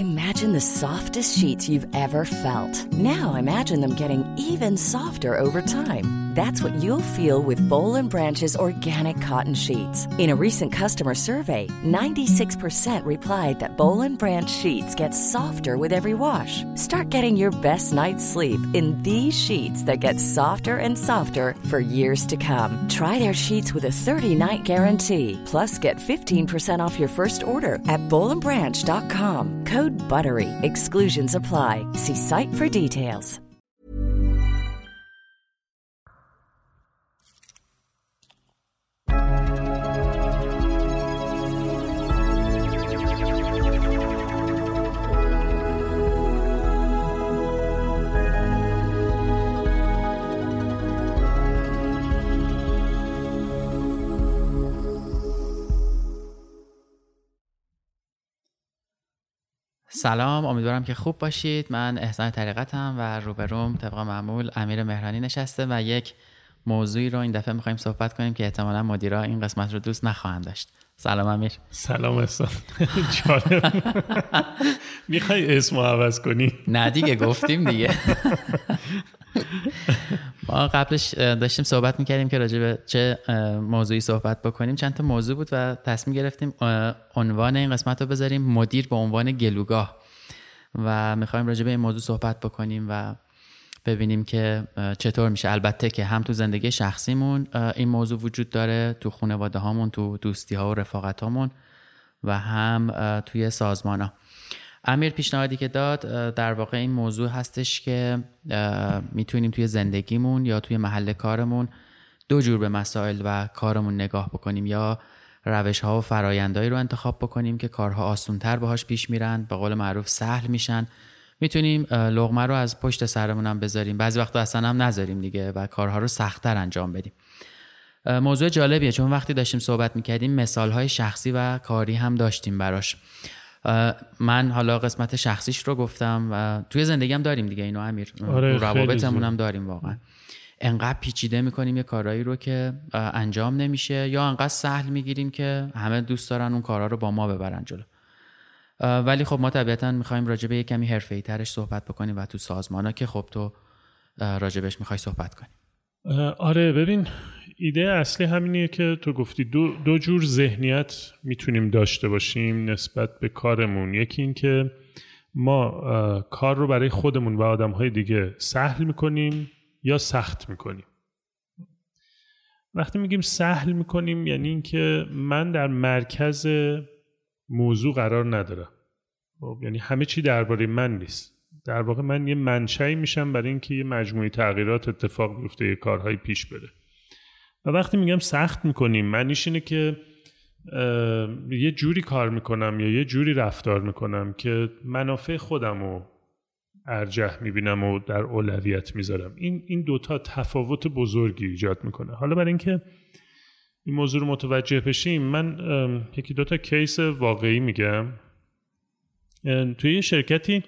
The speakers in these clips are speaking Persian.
Imagine the softest sheets you've ever felt. Now imagine them getting even softer over time. That's what you'll feel with Boll & Branch's organic cotton sheets. In a recent customer survey, 96% replied that Boll & Branch sheets get softer with every wash. Start getting your best night's sleep in these sheets that get softer and softer for years to come. Try their sheets with a 30-night guarantee. Plus, get 15% off your first order at bollandbranch.com. Code BUTTERY. Exclusions apply. See site for details. سلام، امیدوارم که خوب باشید. من احسان طریقتم و روبروم طبق معمول امیر مهرانی نشسته و یک موضوعی رو این دفعه می‌خوایم صحبت کنیم که احتمالاً مدیرا این قسمت رو دوست نخواهند داشت. سلام امیر. سلام احسان. جالب. میخوای اسمو عوض کنی؟ نه دیگه، گفتیم دیگه. ما قبلش داشتیم صحبت میکردیم که راجع به چه موضوعی صحبت بکنیم. چند تا موضوع بود و تصمیم گرفتیم عنوان این قسمت رو بذاریم مدیر به عنوان گلوگاه و میخوایم راجع به این موضوع صحبت بکنیم و ببینیم که چطور میشه. البته که هم تو زندگی شخصیمون این موضوع وجود داره، تو خانواده هامون، تو دوستی ها و رفاقت هامون و هم توی سازمان ها. امیر پیشنهادی که داد در واقع این موضوع هستش که میتونیم توی زندگیمون یا توی محل کارمون دو جور به مسائل و کارمون نگاه بکنیم، یا روش‌ها و فرآیندهایی رو انتخاب بکنیم که کارها آسان‌تر باهاش پیش میرن، به قول معروف سهل میشن. میتونیم لقمه رو از پشت سرمون هم بذاریم، بعضی وقتا اصلا هم نذاریم دیگه و کارها رو سخت‌تر انجام بدیم. موضوع جالبیه چون وقتی داشتیم صحبت میکردیم مثال‌های شخصی و کاری هم داشتیم براش. من حالا قسمت شخصیش رو گفتم و توی زندگیم داریم دیگه اینو امیر. آره، تو روابطمون هم داریم. واقعا انقدر پیچیده میکنیم یه کارایی رو که انجام نمیشه، یا انقدر سهل میگیریم که همه دوست دارن اون کارا رو با ما ببرن جلو. ولی خب ما طبیعتاً میخوایم راجع به یه کمی حرفه‌ای ترش صحبت بکنیم و تو سازمانا که خب تو راجبش میخوای صحبت کنی. آره ببین، ایده اصلی همینیه که تو گفتی دو جور ذهنیت میتونیم داشته باشیم نسبت به کارمون. یکی این که ما کار رو برای خودمون و آدم‌های دیگه سهل میکنیم یا سخت میکنیم. وقتی میگیم سهل میکنیم یعنی این که من در مرکز موضوع قرار ندارم، یعنی همه چی درباره من نیست. در واقع من یه منشأی میشم برای اینکه یه مجموعه تغییرات اتفاق بیفته، یه کارهای پیش بره. و وقتی میگم سخت میکنیم معنیش اینه که یه جوری کار میکنم یا یه جوری رفتار میکنم که منافع خودم رو ارجح میبینم و در اولویت میذارم. این دوتا تفاوت بزرگی ایجاد میکنه. حالا برای اینکه این موضوع رو متوجه بشیم من یکی دوتا کیس واقعی میگم. توی یه شرکتی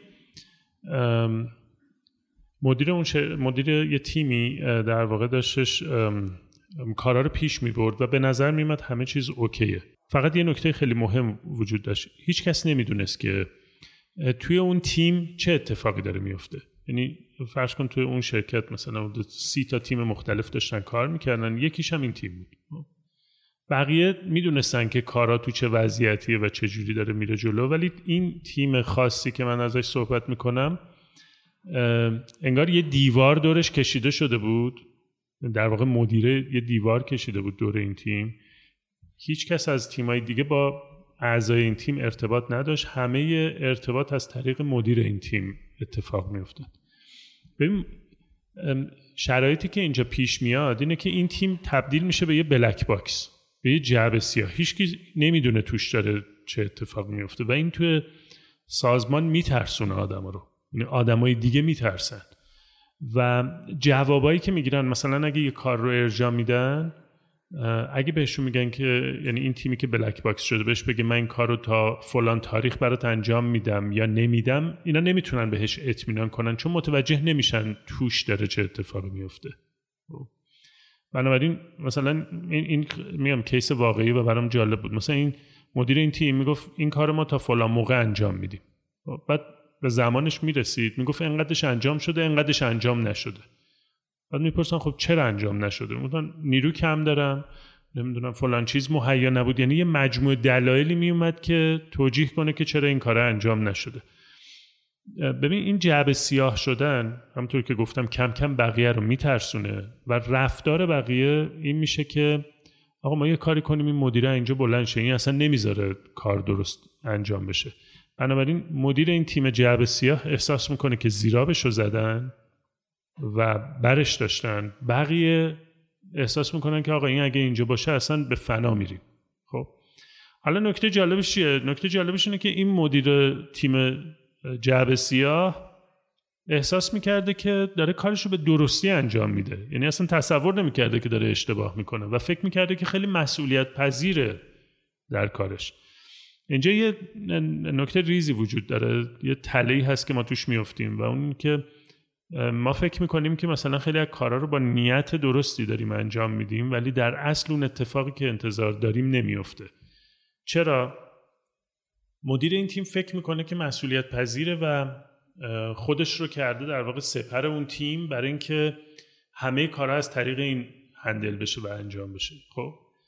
مدیر یه تیمی در واقع داشتش کارا رو پیش میبرد و به نظر میمد همه چیز اوکیه. فقط یه نکته خیلی مهم وجود داشت. هیچ کس نمیدونست که توی اون تیم چه اتفاقی داره میفته. یعنی فرض کن توی اون شرکت مثلا 30 تا تیم مختلف داشتن کار میکردن، یکیش هم این تیم بود. بقیه میدونستن که کارا تو چه وضعیتیه و چه جوری داره میره جلو، ولی این تیم خاصی که من ازش صحبت میکنم انگار یه دیوار دورش کشیده شده بود. در واقع مدیره یه دیوار کشیده بود دور این تیم. هیچ کس از تیمای دیگه با اعضای این تیم ارتباط نداشت. همه ارتباط از طریق مدیر این تیم اتفاق میافتاد. ببین شرایطی که اینجا پیش میاد اینه که این تیم تبدیل میشه به یه بلک باکس، به یه جعبه سیاه. هیچکی نمیدونه توش داره چه اتفاق میفته و این توی سازمان میترسونه آدما رو. یعنی آدمای دیگه میترسن و جوابایی که میگیرن، مثلا اگه یه کار رو ارجاع میدن، اگه بهشون میگن که یعنی این تیمی که بلک باکس شده بهش بگه من این کار رو تا فلان تاریخ برات انجام میدم یا نمیدم، اینا نمیتونن بهش اطمینان کنن چون متوجه نمیشن توش داره چه اتفاقی میفته. بنابراین مثلا این میگم کیس واقعی و برام جالب بود. مثلا این مدیر این تیم میگفت این کار ما تا فلان موقع انجام میدیم. بعد به زمانش میرسید میگفت اینقدرش انجام شده، اینقدرش انجام نشده. بعد میپرسن خب چرا انجام نشده؟ میگن نیرو کم دارم، نمیدونم فلان چیز مهیا نبود. یعنی یه مجموعه دلایلی میومد که توجیه کنه که چرا این کار انجام نشده. ببین این جعبه سیاه شدن همونطور که گفتم کم کم بقیه رو میترسونه و رفتار بقیه این میشه که آقا ما یه کاری کنیم این مدیر اینجا بلند شه، این اصلا نمیذاره کار درست انجام بشه. بنابراین مدیر این تیم جعبه سیاه احساس میکنه که زیرابشو زدن و برش داشتن، بقیه احساس میکنن که آقا این اگه اینجا باشه اصلا به فنا میریم. خب حالا نکته جالبش چیه؟ نکته جالبش اینه که این مدیر تیم جعبه سیاه احساس میکرده که داره کارشو به درستی انجام میده، یعنی اصلا تصور نمیکرده که داره اشتباه میکنه و فکر میکرده که خیلی مسئولیت پذیره در کارش. اینجا یه نکته ریزی وجود داره، یه تله‌ای هست که ما توش میافتیم و اون که ما فکر میکنیم که مثلا خیلی از کارا رو با نیت درستی داریم انجام میدیم ولی در اصل اون اتفاقی که انتظار داریم نمیفته. چرا؟ مدیر این تیم فکر میکنه که مسئولیت پذیره و خودش رو کرده در واقع سپر اون تیم برای اینکه همه کارا از طریق این هندل بشه و انجام بشه. خب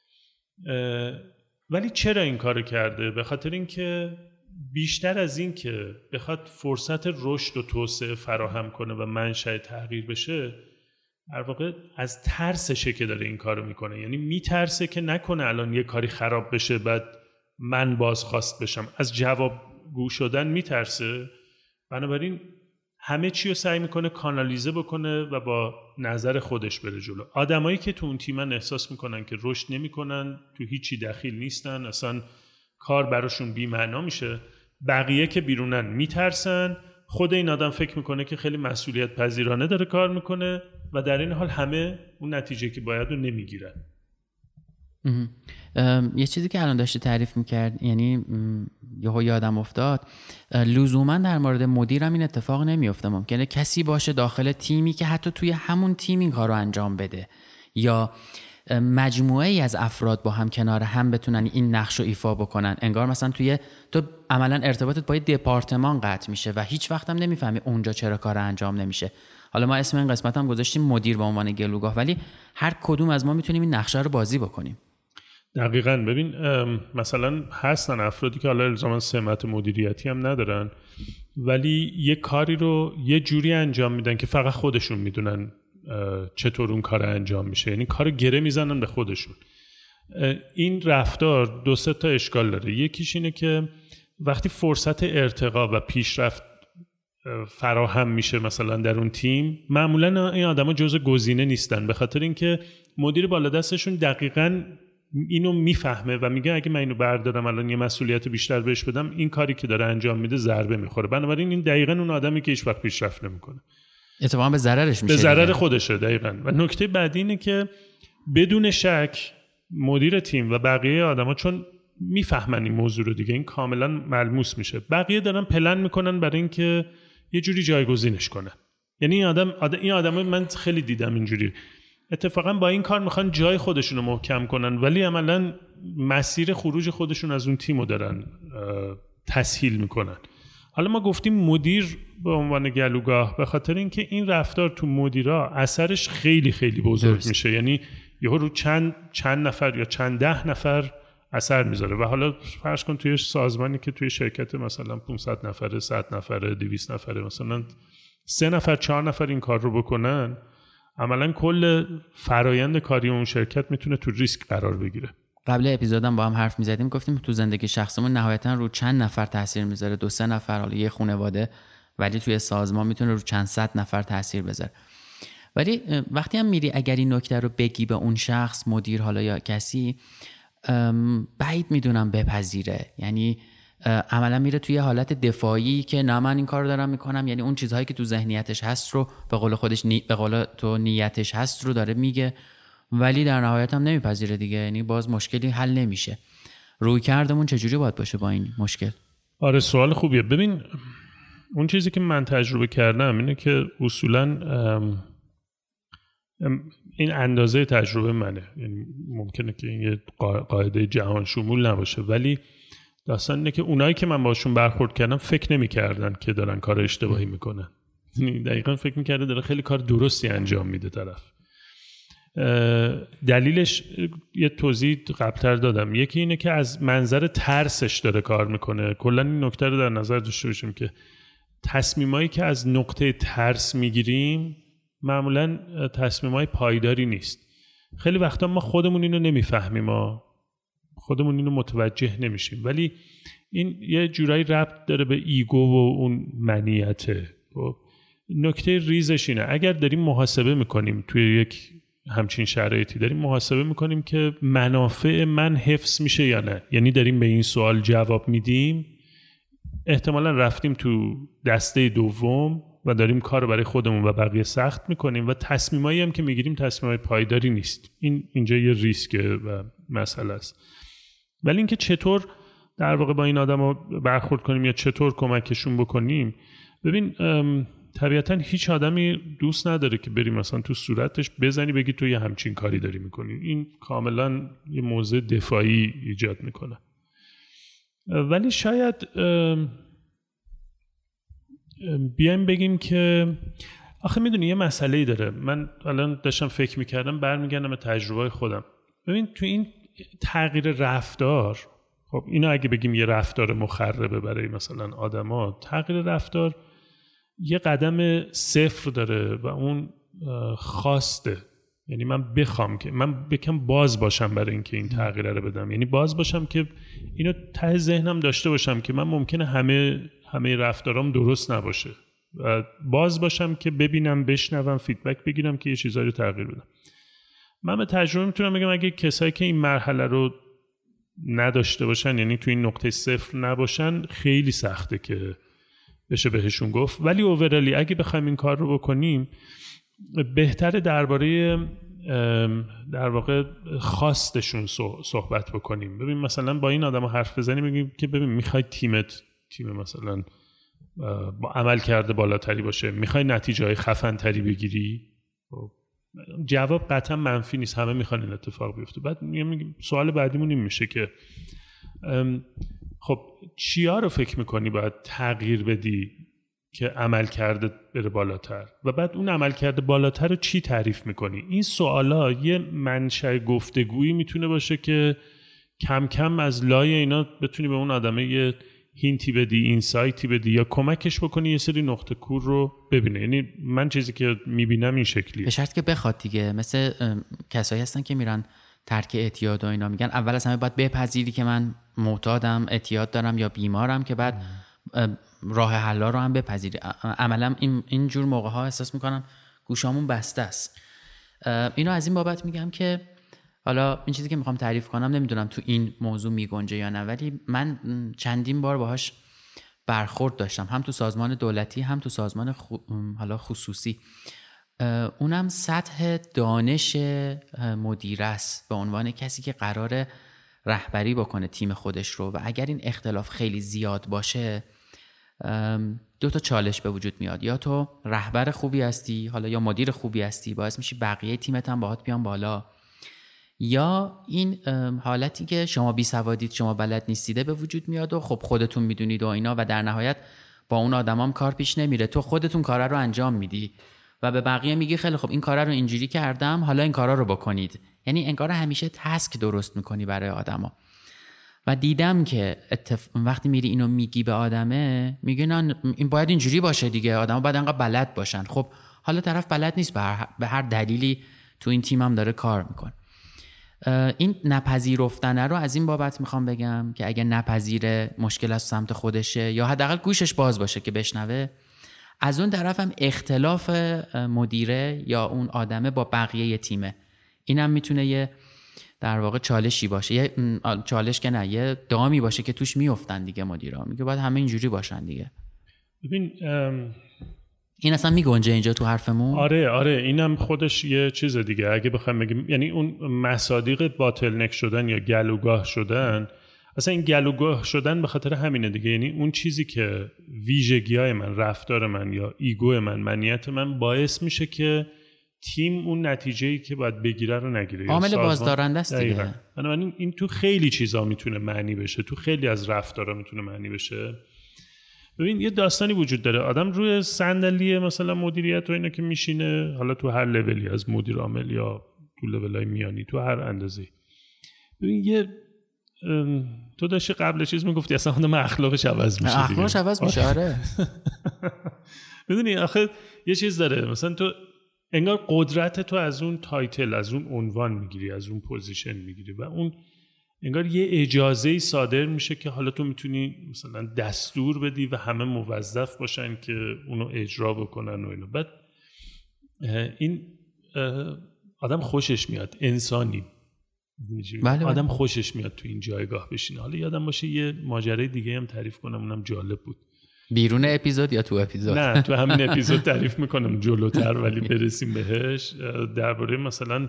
ولی چرا این کارو کرده؟ به خاطر اینکه بیشتر از این که بخواد فرصت رشد و توسعه فراهم کنه و منشأ تغییر بشه، در واقع از ترسشه که داره این کارو میکنه. یعنی میترسه که نکنه الان یه کاری خراب بشه بعد من بازخواست بشم، از جوابگو شدن میترسه. بنابراین همه چی رو سعی میکنه کانالیزه بکنه و با نظر خودش بره جلو. آدمایی که تو اون تیمن احساس میکنن که رشد نمیکنن، تو هیچی دخیل نیستن، اصلا کار براشون بی معنا میشه. بقیه که بیرونن میترسن، خود این آدم فکر میکنه که خیلی مسئولیت پذیرانه داره کار میکنه و در این حال همه اون نتیجه که باید رو نمیگیرن. یه چیزی که الان داشتی تعریف میکرد، یعنی یهو یادم افتاد، لزوما در مورد مدیرم این اتفاق نمیفته. ممکنه کسی باشه داخل تیمی که حتی توی همون تیم این کار رو انجام بده، یا مجموعه ای از افراد با هم کنار هم بتونن این نقش رو ایفا بکنن. انگار مثلا تو عملا ارتباطت با یه دپارتمان قطع میشه و هیچ وقت هم نمیفهمی اونجا چرا کار انجام نمیشه. حالا ما اسم این قسمت هم گذاشتیم مدیر به عنوان گلوگاه، ولی هر کدوم از ما میتونیم این نقشه رو بازی بکنیم. دقیقاً. ببین مثلا هستن افرادی که حالا الزاما سمت مدیریتی هم ندارن ولی یه کاری رو یه جوری انجام میدن که فقط خودشون میدونن چطور اون کار انجام میشه، یعنی کار گره میزنن به خودشون. این رفتار 2-3 تا اشکال داره. یکیش اینه که وقتی فرصت ارتقا و پیشرفت فراهم میشه مثلا در اون تیم، معمولا این آدما جزء گزینه نیستن، به خاطر اینکه مدیر بالا دستشون دقیقاً اینو میفهمه و میگه اگه من اینو بردارم الان یه مسئولیت بیشتر بهش بدم، این کاری که داره انجام میده ضربه میخوره. بنابراین این دقیقاً اون آدمی که هیچ وقت پیشرفت نمیکنه، اتفاقا به ضررش میشه، به ضرر خودشه. دقیقاً. و نکته بعدی اینه که بدون شک مدیر تیم و بقیه آدما چون میفهمن این موضوع رو دیگه، این کاملا ملموس میشه، بقیه دارن پلن میکنن برای اینکه یه جوری جایگزینش کنن. یعنی این آدم من خیلی دیدم اینجوری، اتفاقا با این کار میخوان جای خودشون رو محکم کنن ولی عملا مسیر خروج خودشون از اون تیمو دارن تسهیل میکنن. حالا ما گفتیم مدیر به عنوان گلوگاه به خاطر اینکه این رفتار تو مدیرا اثرش خیلی خیلی بزرگ میشه، یعنی یهو رو چند نفر یا چند ده نفر اثر میذاره. و حالا فرض کن توی سازمانی که توی شرکت مثلا 500 نفره، 100 نفره، 200 نفره، مثلا 3 نفر 4 نفر این کار رو بکنن، عملا کل فرایند کاری اون شرکت میتونه تو ریسک قرار بگیره. قبل اپیزودم با هم حرف میزدیم، گفتیم تو زندگی شخصمون نهایتا رو چند نفر تاثیر میذاره، 2-3 نفر، حالا یه خانواده، ولی توی سازمان میتونه رو چند صد نفر تاثیر بذاره. ولی وقتی هم میری اگر این نکته رو بگی به اون شخص، مدیر حالا یا کسی، بعید میدونم بپذیره. یعنی عملا میره توی حالت دفاعی که نه من این کار رو دارم میکنم، یعنی اون چیزهایی که تو ذهنیتش هست رو به قول خودش به قول تو نیتش هست رو داره میگه، ولی در نهایت هم نمیپذیره دیگه. یعنی باز مشکلی حل نمیشه. روی کردمون چجوری باید باشه با این مشکل؟ آره سوال خوبیه. ببین اون چیزی که من تجربه کردم اینه که اصولاً این اندازه تجربه منه، یعنی ممکنه که این یه قاعده جهان شمول نباشه، ولی داستان اینه که اونایی که من باشون برخورد کردم فکر نمی‌کردن که دارن کار اشتباهی میکنن. دقیقاً فکر می‌کرده داره خیلی کار درستی انجام میده طرف. دلیلش یه توضیح قبل‌تر دادم. یکی اینه که از منظر ترسش داره کار میکنه. کلاً این نکته رو در نظر داشته باشیم که تصمیمایی که از نقطه ترس میگیریم معمولاً تصمیمای پایداری نیست. خیلی وقتا ما خودمون اینو نمیفهمیم، خودمون اینو متوجه نمیشیم، ولی این یه جورایی ربط داره به ایگو و اون منیته. نکته ریزش اینه اگر داریم محاسبه میکنیم توی یک همچین شرایطی، داریم محاسبه میکنیم که منافع من حفظ میشه یا نه، یعنی داریم به این سوال جواب میدیم، احتمالا رفتیم تو دسته دوم و داریم کار رو برای خودمون و بقیه سخت میکنیم و تصمیمایی هم که میگیریم تصمیمای پایداری نیست. اینجا یه ریسکه و مسئله است. ولی اینکه چطور در واقع با این آدما برخورد کنیم یا چطور کمکشون بکنیم، ببین طبیعتا هیچ آدمی دوست نداره که بری مثلا تو صورتش بزنی بگی تو یه همچین کاری داری میکنی. این کاملا یه موضوع دفاعی ایجاد میکنه. ولی شاید بیایم بگیم که آخه میدونی یه مسئله‌ای داره. من الان داشتم فکر میکردم، برمیگردم به تجربه خودم. ببین تو این تغییر رفتار، خب اینو اگه بگیم یه رفتار مخربه برای مثلا آدما، تغییر رفتار یه قدم صفر داره و اون خواسته. یعنی من بخوام که من بکم باز باشم برای اینکه این تغییر رو بدم، یعنی باز باشم که اینو ته ذهنم داشته باشم که من ممکنه همه رفتارام درست نباشه و باز باشم که ببینم، بشنوم، فیدبک بگیرم که یه چیزایی رو تغییر بدم. من به تجربه میتونم بگم اگه کسایی که این مرحله رو نداشته باشن، یعنی تو این نقطه صفر نباشن، خیلی سخته که بشه بهشون گفت. ولی اوورالی اگه بخوایم این کار رو بکنیم، بهتره درباره در واقع خواستشون صحبت بکنیم. ببین مثلا با این آدم حرف بزنیم، بگیم که ببین میخوای تیم مثلا با عمل کرده بالاتری باشه، میخوای نتیجه های خفن تری بگیری، جواب قطعا منفی نیست، همه میخوان این اتفاق بیفته. بعد سوال بعدیمون این میشه که خب چیا رو فکر میکنی باید تغییر بدی که عمل کرده بره بالاتر، و بعد اون عمل کرده بالاتر رو چی تعریف میکنی؟ این سوالا یه منشأ گفتگویی میتونه باشه که کم کم از لای اینا بتونی به اون آدمه یه هینتی بدی، اینسایتی بدی یا کمکش بکنی یه سری نقطه کور رو ببینه. یعنی من چیزی که میبینم این شکلیه. به شرط که بخواد دیگه. مثل کسایی هستن که میرن ترک اعتیاد و اینا، میگن اول از همه باید بپذیری که من معتادم، اعتیاد دارم یا بیمارم، که بعد راه حلا رو هم بپذیری. عملا این جور موقع ها احساس میکنم گوشامون بسته است. اینو از این بابت میگم که حالا این چیزی که میخوام تعریف کنم نمیدونم تو این موضوع میگنجه یا نه، ولی من چندین بار باهاش برخورد داشتم، هم تو سازمان دولتی هم تو سازمان حالا خصوصی. اونم سطح دانش مدیر است به عنوان کسی که قراره رهبری بکنه تیم خودش رو، و اگر این اختلاف خیلی زیاد باشه دو تا چالش به وجود میاد. یا تو رهبر خوبی هستی حالا یا مدیر خوبی هستی، باعث میشی بقیه تیمت هم باهات بیان بالا، یا این حالتی که شما بی سوادید، شما بلد نیستیده به وجود میاد و خب خودتون میدونید و اینا، و در نهایت با اون آدمام کار پیش نمیره، تو خودتون کارا رو انجام میدی و به بقیه میگی خیلی خب این کارا رو اینجوری کردم، حالا این کارا رو بکنید. یعنی انگار همیشه تسک درست میکنی برای آدما. و دیدم که وقتی میری اینو میگی به آدمه، میگه نه این باید اینجوری باشه دیگه، آدما باید انقدر بلد باشن. خب حالا طرف بلد نیست، به هر دلیلی تو این تیمم داره کار میکنه. این نپذیرفتنه رو از این بابت میخوام بگم که اگه نپذیره مشکل از سمت خودشه، یا حداقل گوشش باز باشه که بشنوه. از اون طرف هم اختلاف مدیره یا اون آدمه با بقیه تیمه، اینم میتونه یه در واقع چالشی باشه، یه چالش که نه، یه دامی باشه که توش میافتن دیگه مدیرا، میگه باید همه اینجوری باشن دیگه. ببین این اصلا میگنجه اینجا تو حرفمون؟ آره اینم خودش یه چیز دیگه. اگه بخوایم بگیم یعنی اون مصادیق باتلنک شدن یا گلوگاه شدن، اصلا این گلوگاه شدن به خاطر همینه دیگه. یعنی اون چیزی که ویژگی‌های من، رفتار من یا ایگو من، منیت من باعث میشه که تیم اون نتیجه‌ای که باید بگیره رو نگیره. عامل بازدارنده است دیگه. بنابراین این تو خیلی چیزا میتونه معنی بشه، تو خیلی از رفتارا میتونه معنی بشه. ببین یه داستانی وجود داره، آدم روی صندلی مثلا مدیریت و اینا که میشینه، حالا تو هر لولی از مدیر عامل یا تو لولای میانی، تو هر اندازه‌ای، ببین یه تو داشتی قبل چیز میگفتی اصلا آدم اخلاقش عوض میشه. اخلاقش عوض میشه. آره. میدونی آخه یه چیز داره، مثلا تو انگار قدرت تو از اون تایتل، از اون عنوان میگیری، از اون پوزیشن میگیری و اون انگار یه اجازه‌ای صادر میشه که حالا تو میتونی مثلا دستور بدی و همه موظف باشن که اونو اجرا بکنن و اینو. بعد این آدم خوشش میاد، انسانی. بله. آدم خوشش میاد تو این جایگاه بشینه. حالا یادم باشه یه ماجرای دیگه هم تعریف کنم، اونم جالب بود. بیرون اپیزود یا تو اپیزود؟ نه تو همین اپیزود تعریف میکنم جلوتر، ولی برسیم بهش. درباره مثلا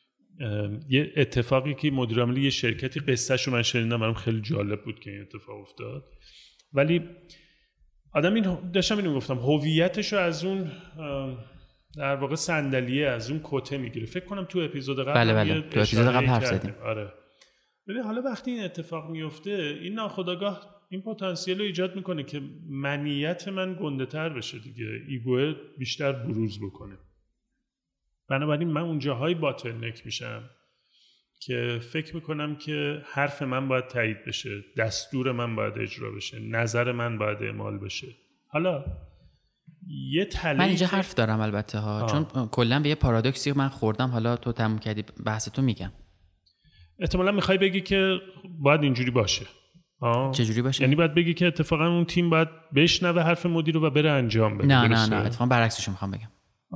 یه اتفاقی که مدیر عامل یه شرکتی، قصه‌شو من شنیدم، برام خیلی جالب بود که این اتفاق افتاد. ولی آدم این داشتم اینو گفتم، هویتشو از اون در واقع صندلیه، از اون کته میگیره. فکر کنم تو اپیزود قبل بله تو اپیزود قبل حرف زدیم. آره. ببین حالا وقتی این اتفاق میفته، این ناخودآگاه این پتانسیل رو ایجاد میکنه که منیت من گنده‌تر بشه دیگه، ایگو بیشتر بروز بکنه. بنابراین من اون جاهای باتلنک میشم که فکر میکنم که حرف من باید تایید بشه، دستور من باید اجرا بشه، نظر من باید اعمال بشه. حالا یه من اینجا حرف دارم البته ها، چون کلا به یه پارادوکسی من خوردم، حالا تو تموم کردی بحث تو میگم. احتمالاً میخوای بگی که باید اینجوری باشه. چجوری باشه؟ یعنی باید بگی که اتفاقا اون تیم باید بشنوه حرف مدیر رو و بره انجام بده. نه اتفاقا برعکسش میخوام بگم.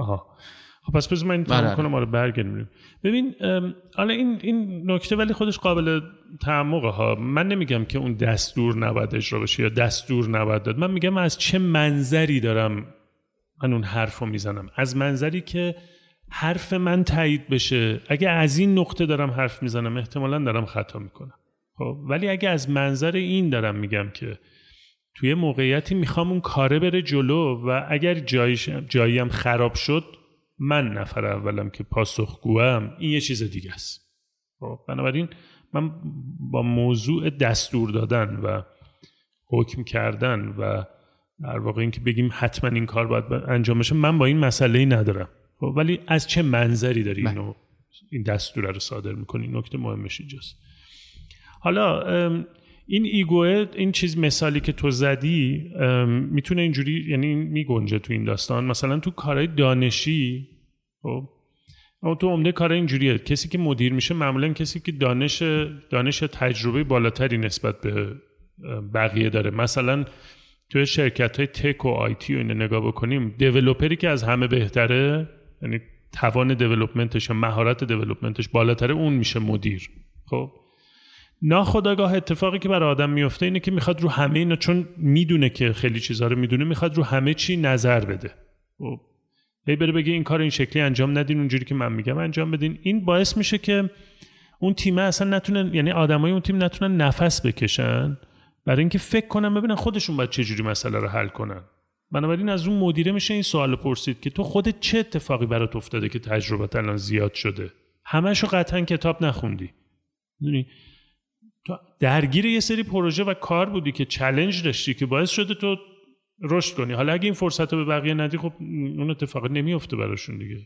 خب پس بذار من تمام کنم، آره برگردیم. ببین حالا این نکته ولی خودش قابل تعمقه ها. من نمیگم که اون دستور نباید اجرا بشه یا دستور نباید داد. من میگم از چه منظری دارم من اون حرفو میزنم. از منظری که حرف من تایید بشه. اگه از این نقطه دارم حرف میزنم احتمالاً دارم خطا میکنم. خب ولی اگه از منظر این دارم میگم که توی موقعیتی میخوام اون کاره بره جلو و اگر جاییم خراب شد، من نفر اولم که پاسخگوام، این یه چیز دیگه است. خب بنابراین من با موضوع دستور دادن و حکم کردن و در واقع این که بگیم حتما این کار باید انجام بشه، من با این مسئله‌ای ندارم. خب ولی از چه منظری داری اینو این دستور رو صادر میکنی؟ نکته مهمش اینجاست. حالا این ایگوه، این چیز مثالی که تو زدی میتونه اینجوری، یعنی میگنجه تو این داستان. مثلا تو کارهای دانشی، خب اما تو عمده کارهای اینجوریه، کسی که مدیر میشه معمولا کسی که دانش تجربه بالاتری نسبت به بقیه داره. مثلا توی شرکت‌های تک و آیتی و اینو نگاه بکنیم، دیولپری که از همه بهتره، یعنی توان دیولپمنتش یا مهارت دیولپمنتش بالاتره، اون میشه مدیر. خب ناخودآگاه اتفاقی که برای آدم میفته اینه که میخواد رو همه اینا، چون میدونه که خیلی چیزا رو میدونه، میخواد رو همه چی نظر بده. خب هی بره بگه این کار این شکلی انجام ندین، اونجوری که من میگم انجام بدین. این باعث میشه که اون تیم اصلا نتونن، یعنی آدمای اون تیم نتونن نفس بکشن برای اینکه فکر کنن ببینن خودشون باید چه جوری مسئله رو حل کنن. بنابراین از اون مدیره میشه این سوال پرسید که تو خودت چه اتفاقی برات افتاده که تجربت الان زیاد شده؟ همه‌شو قطعا کتاب نخوندی. میدونی تو درگیر یه سری پروژه و کار بودی که چالش داشتی که باعث شده تو رشد کنی. حالا اگه این فرصت رو به بقیه ندی، خب اون اتفاق نمیفته براشون دیگه.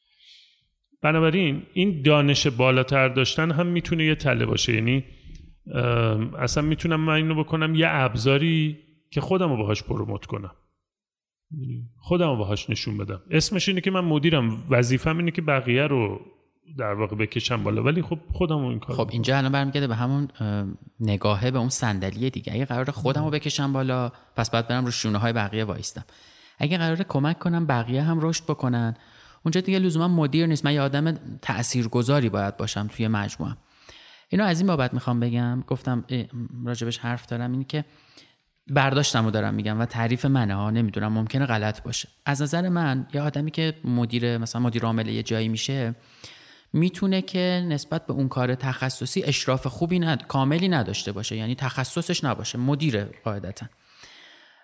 بنابراین این دانش بالاتر داشتن هم میتونه یه تله باشه. یعنی اصلا میتونم من اینو بکنم یه ابزاری که خودم رو باهاش پروموت کنم، خودم رو باهاش نشون بدم. اسمش اینه که من مدیرم، وظیفه‌م اینه که بقیه رو در واقع بکشم بالا، ولی خب خودم رو این کار. خب اینجا الان برمیگرده به همون نگاهه، به اون صندلیه دیگه. اگه قراره خودم رو بکشم بالا، پس باید برم رو شونه‌های بقیه وایستم. اگه قراره کمک کنم بقیه هم رشد بکنن، اونجا دیگه لزوما مدیر نیست، من یه آدم تاثیرگذاری باید باشم توی مجموعه. اینو از این بابت میخوام بگم، گفتم راجبش حرف دارم، اینی که برداشتمو دارم میگم و تعریف منه ها، نمیدونم ممکنه غلط باشه. از نظر من یه آدمی که مثلا مدیر عامل یه جایی میشه، میتونه که نسبت به اون کار تخصصی اشراف خوبی کاملی نداشته باشه، یعنی تخصصش نباشه، مدیره قاعدتا،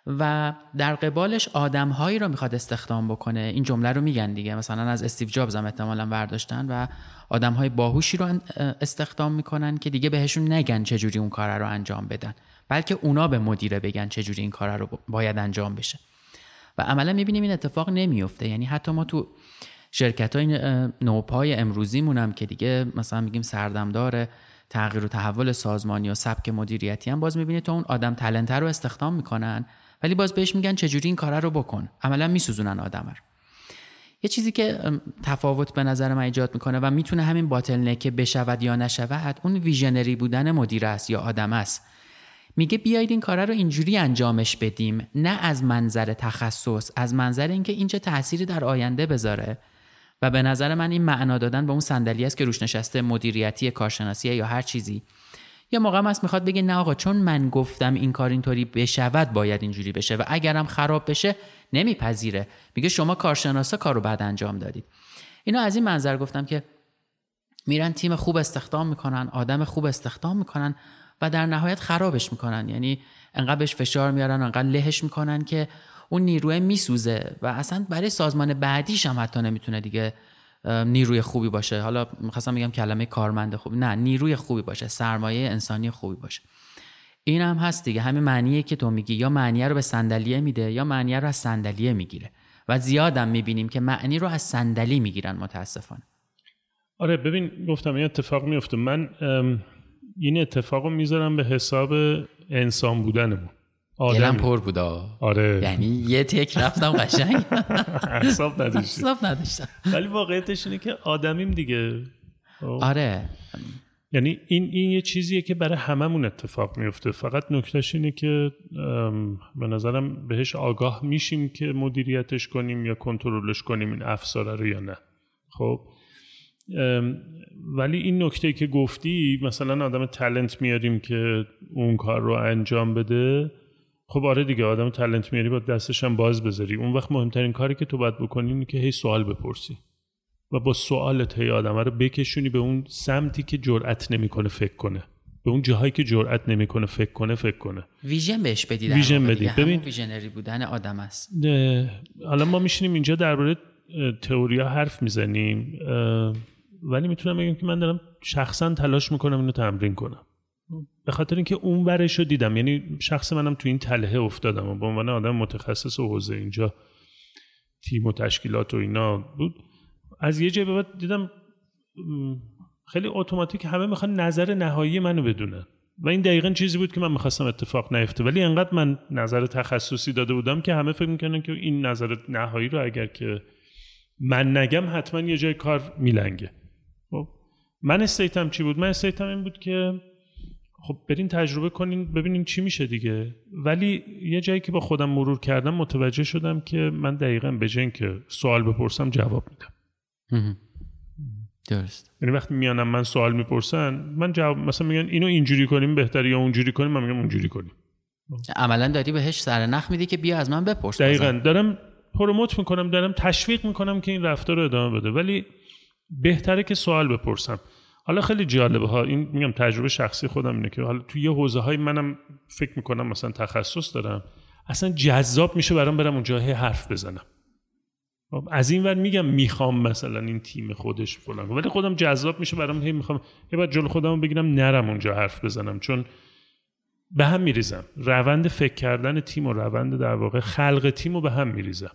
و در قبالش آدم‌هایی رو میخواد استخدام بکنه. این جمله رو میگن دیگه، مثلا از استیو جابز هم احتمالاً برداشتن و آدم‌های باهوشی رو استخدام میکنن که دیگه بهشون نگن چجوری اون کار رو انجام بدن، بلکه اونا به مدیره بگن چجوری این کار رو باید انجام بشه. و عملا میبینیم این اتفاق نمیفته. یعنی حتی ما تو شرکت‌های نوپای امروزیمون هم که دیگه مثلا میگیم سردمدار تغییر و تحول سازمانی و سبک مدیریتی هم، باز میبینی تو اون آدم تالنت رو استخدام میکنن ولی باز بهش میگن چجوری این کارا رو بکن. عملا میسوزونن آدم رو. یه چیزی که تفاوت به نظر من ایجاد میکنه و میتونه همین باتلنک بشود یا نشود، اون ویژنری بودن مدیر است یا آدم است. میگه بیایید این کارا رو اینجوری انجامش بدیم، نه از منظر تخصص، از منظر اینکه این چه تأثیری در آینده بذاره. و به نظر من این معنا دادن به اون صندلی است که روش نشسته، مدیریتی، کارشناسی یا هر چیزی. یا موقع هست میخواد بگه نه آقا چون من گفتم این کار اینطوری بشود باید اینجوری بشه و اگرم خراب بشه نمیپذیره. میگه شما کارشناسا کارو بعد انجام دادید. اینو از این منظر گفتم که میرن تیم خوب استخدام میکنن، آدم خوب استخدام میکنن و در نهایت خرابش میکنن. یعنی انقدر بهش فشار میارن، انقدر لهش میکنن که اون نیروی میسوزه و اصلا برای سازمان بعدیش هم حتی نمیتونه دیگه نیروی خوبی باشه. حالا میخواستم بگم کلمه کارمند خوبی، نه، نیروی خوبی باشه، سرمایه انسانی خوبی باشه. این هم هست دیگه، همین معنیه که تو میگی، یا معنیه رو به صندلیه میده یا معنیه رو از صندلیه میگیره و زیادم میبینیم که معنی رو از صندلی میگیرن متاسفانه. آره ببین گفتم این اتفاق میفته. من این اتفاقو میذارم به حساب انسان بودنمون. دلم پر بودا. آره یعنی یه تک رفتم قشنگ حساب نداشتم ولی واقعیتش اینه که آدمیم دیگه. آره یعنی این یه چیزیه که برای هممون اتفاق میفته. فقط نکتهش اینه که به نظرم بهش آگاه میشیم که مدیریتش کنیم یا کنترلش کنیم این افساره رو یا نه. خب ولی این نکته که گفتی مثلا آدم تالنت میاریم که اون کار رو انجام بده، خب آره دیگه آدم تالنت میاری باید دستش هم باز بذاری. اون وقت مهمترین کاری که تو باید بکنی اینه که هی سوال بپرسی و با سوالت هی آدم رو بکشونی به اون سمتی که جرئت نمیکنه فکر کنه، به اون جاهایی که جرئت نمیکنه فکر کنه. ویژن بهش بدی. ویژن بدی. ببین ویژنری بودن آدم است. حالا ما میشینیم اینجا درباره تئوریا حرف میزنیم ولی میتونم بگم که من دارم شخصا تلاش میکنم اینو تمرین کنم، به خاطر اینکه اون ورشو دیدم. یعنی شخص منم تو این تله افتادم و به عنوان آدم متخصص و حوزه اینجا تیم و تشکیلات و اینا بود، از یه جایی به بعد دیدم خیلی اتوماتیک همه میخوان نظر نهایی منو بدونن و این دقیقاً چیزی بود که من میخواستم اتفاق نیفته. ولی انقدر من نظر تخصصی داده بودم که همه فکر میکنن که این نظر نهایی رو اگر که من نگم حتما یه جای کار میلنگه. خب من استیتم چی بود؟ من استیتم این بود که خب برین تجربه کنین ببینین چی میشه دیگه. ولی یه جایی که با خودم مرور کردم متوجه شدم که من دقیقاً به جای اینکه سوال بپرسم جواب میدم. درست. یعنی وقتی میانم من سوال میپرسن من جواب، مثلا میگن اینو اینجوری کنیم بهتره یا اونجوری کنیم، من میگم اونجوری کنیم. عملاً داری بهش سرنخ میدی که بیا از من بپرس. دقیقاً دارم پروموت میکنم، دارم تشویق میکنم که این رفتار رو ادامه بده، ولی بهتره که سوال بپرسم. حالا خیلی جالبه ها، این میگم تجربه شخصی خودم اینه که حالا توی یه حوزه های منم فکر میکنم مثلا تخصص دارم، اصلا جذاب میشه برام برم اونجا حرف بزنم. از این ور میگم میخوام مثلا این تیم خودش فلان، ولی خودم جذاب میشه برام هی میخوام یه بعد جلو خودمو بگیرم نرم اونجا حرف بزنم، چون به هم میریزم. روند فکر کردن تیم و روند در واقع خلق تیم رو به هم میریزم.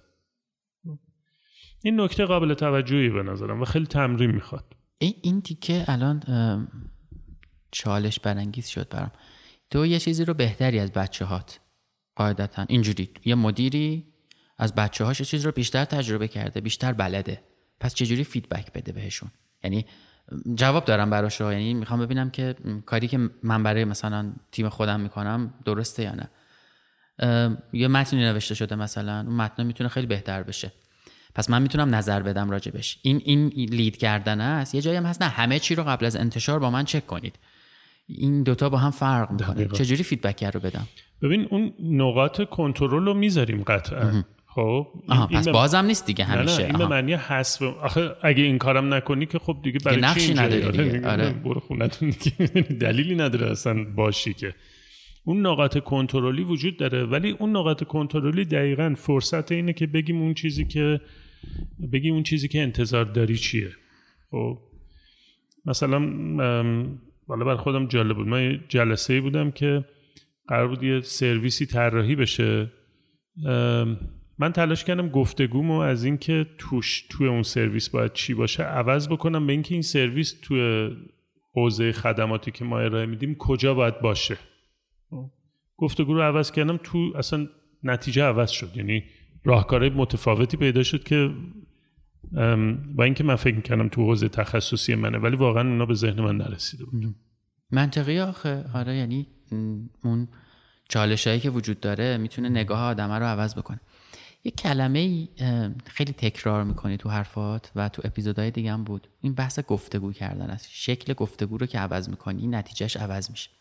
این نکته قابل توجهی به نظرم و خیلی تمرین میخواد. این تیکه الان چالش برانگیز شد برام. تو یه چیزی رو بهتری از بچه‌هات قاعدتاً اینجوری، یه مدیری از بچه‌هاش یه چیز رو بیشتر تجربه کرده، بیشتر بلده، پس چجوری فیدبک بده بهشون؟ یعنی جواب دارم براش، یعنی میخوام ببینم که کاری که من برای مثلا تیم خودم میکنم درسته یا نه. یه متنی نوشته شده مثلا، اون متن میتونه خیلی بهتر بشه، پس من میتونم نظر بدم راجبش. این لید کردن است. یه جایی هم هست نه همه چی رو قبل از انتشار با من چک کنید. این دوتا با هم فرق میکنه. چجوری فیدبک رو بدم؟ ببین اون نقاط کنترل رو میذاریم قطعا. خب پس بازم نیست دیگه همیشه. نه این به معنی حذف. آخه اگه این کارم نکنی که خب دیگه برای چی نداری دیگه. آره برو خونتون دیگه. دلیلی نداره اصلا باشی که. اون نقاط کنترلی وجود داره، ولی اون نقاط کنترلی دقیقاً فرصت اینه که بگیم اون چیزی که انتظار داری چیه. خب مثلا والا بر خودم جالب بود، من یه جلسه‌ای بودم که قرار بود یه سرویسی طراحی بشه. من تلاش کردم گفتگومو از این که توی اون سرویس باید چی باشه عوض بکنم به اینکه این سرویس توی حوزه خدماتی که ما ارائه میدیم کجا باید باشه. گفتگو رو عوض کردم، تو اصلا نتیجه عوض شد، یعنی راهکارهای متفاوتی پیدا شد که با اینکه من فکر می‌کردم تو حوزه تخصصی منه ولی واقعا اونا به ذهن من نرسیده بود. منطقی آخه آره، یعنی اون چالشایی که وجود داره میتونه نگاه آدمه رو عوض بکنه. یک کلمه خیلی تکرار میکنی تو حرفات و تو اپیزودهای دیگه هم بود، این بحث گفتگو کردن است. شکل گفتگو رو که عوض میکنی نتیجهش عوض میشه.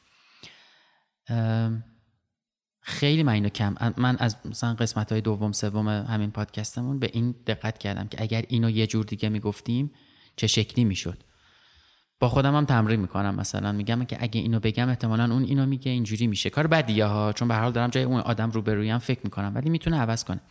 خیلی من از مثلا قسمت‌های دوم سوم همین پادکستمون به این دقت کردم که اگر اینو یه جور دیگه میگفتیم چه شکلی میشد. با خودم هم تمرین میکنم، مثلا میگم که اگه اینو بگم احتمالاً اون اینو میگه اینجوری میشه. کار بدیه ها، چون به هر حال دارم جای اون آدم روبرویم فکر میکنم، ولی میتونه عوض کنه.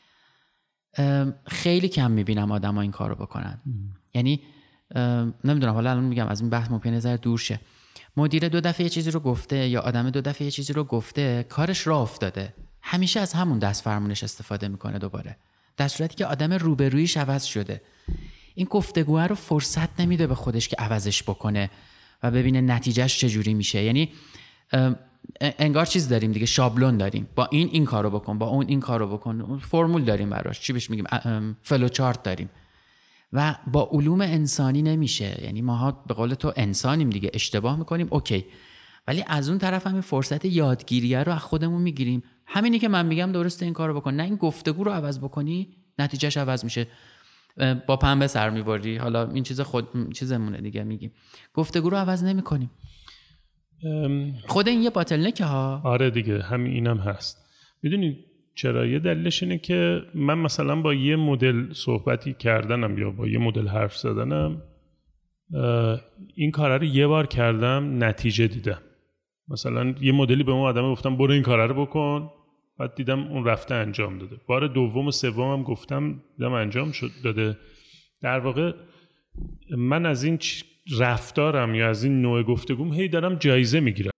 خیلی کم میبینم آدما این کارو بکنن. یعنی نمیدونم، حالا الان میگم از این بحث ممکنه نظر دور شه. مدیر 2 دفعه یه چیزی رو گفته یا آدم 2 دفعه یه چیزی رو گفته، کارش راه افتاده، همیشه از همون دست فرمونش استفاده میکنه دوباره، در صورتی که آدم روبرویش عوض شده. این گفتگوه رو فرصت نمیده به خودش که عوضش بکنه و ببینه نتیجهش چجوری میشه. یعنی انگار چیز داریم دیگه، شابلون داریم، با این کارو بکن، با اون این کارو بکن، فرمول داریم براش، چی بهش میگیم، فلو چارت داریم. و با علوم انسانی نمیشه. یعنی ماها به قول تو انسانیم دیگه، اشتباه میکنیم اوکی، ولی از اون طرف هم این فرصت یادگیریه رو از خودمون میگیریم. همینی که من میگم درسته، این کارو بکن، نه این گفتگو رو عوض بکنی نتیجهش عوض میشه. با پنبه سر میبری، حالا این چیزمونه دیگه، میگیم گفتگو رو عوض نمیکنیم. خود این یه باتلنکه ها. آره دیگه، همین اینم هست. میدونی چرا؟ یه دلیلش اینه که من مثلا با یه مدل صحبتی کردنم یا با یه مدل حرف زدنم، این کارا رو یه بار کردم نتیجه دیدم. مثلا یه مدلی به اون آدم گفتم برو این کارا رو بکن، بعد دیدم اون رفته انجام داده. بار دوم و سوم هم گفتم دیدم انجام شد داده. در واقع من از این رفتارم یا از این نوع گفتگوم هی دارم جایزه میگیرم.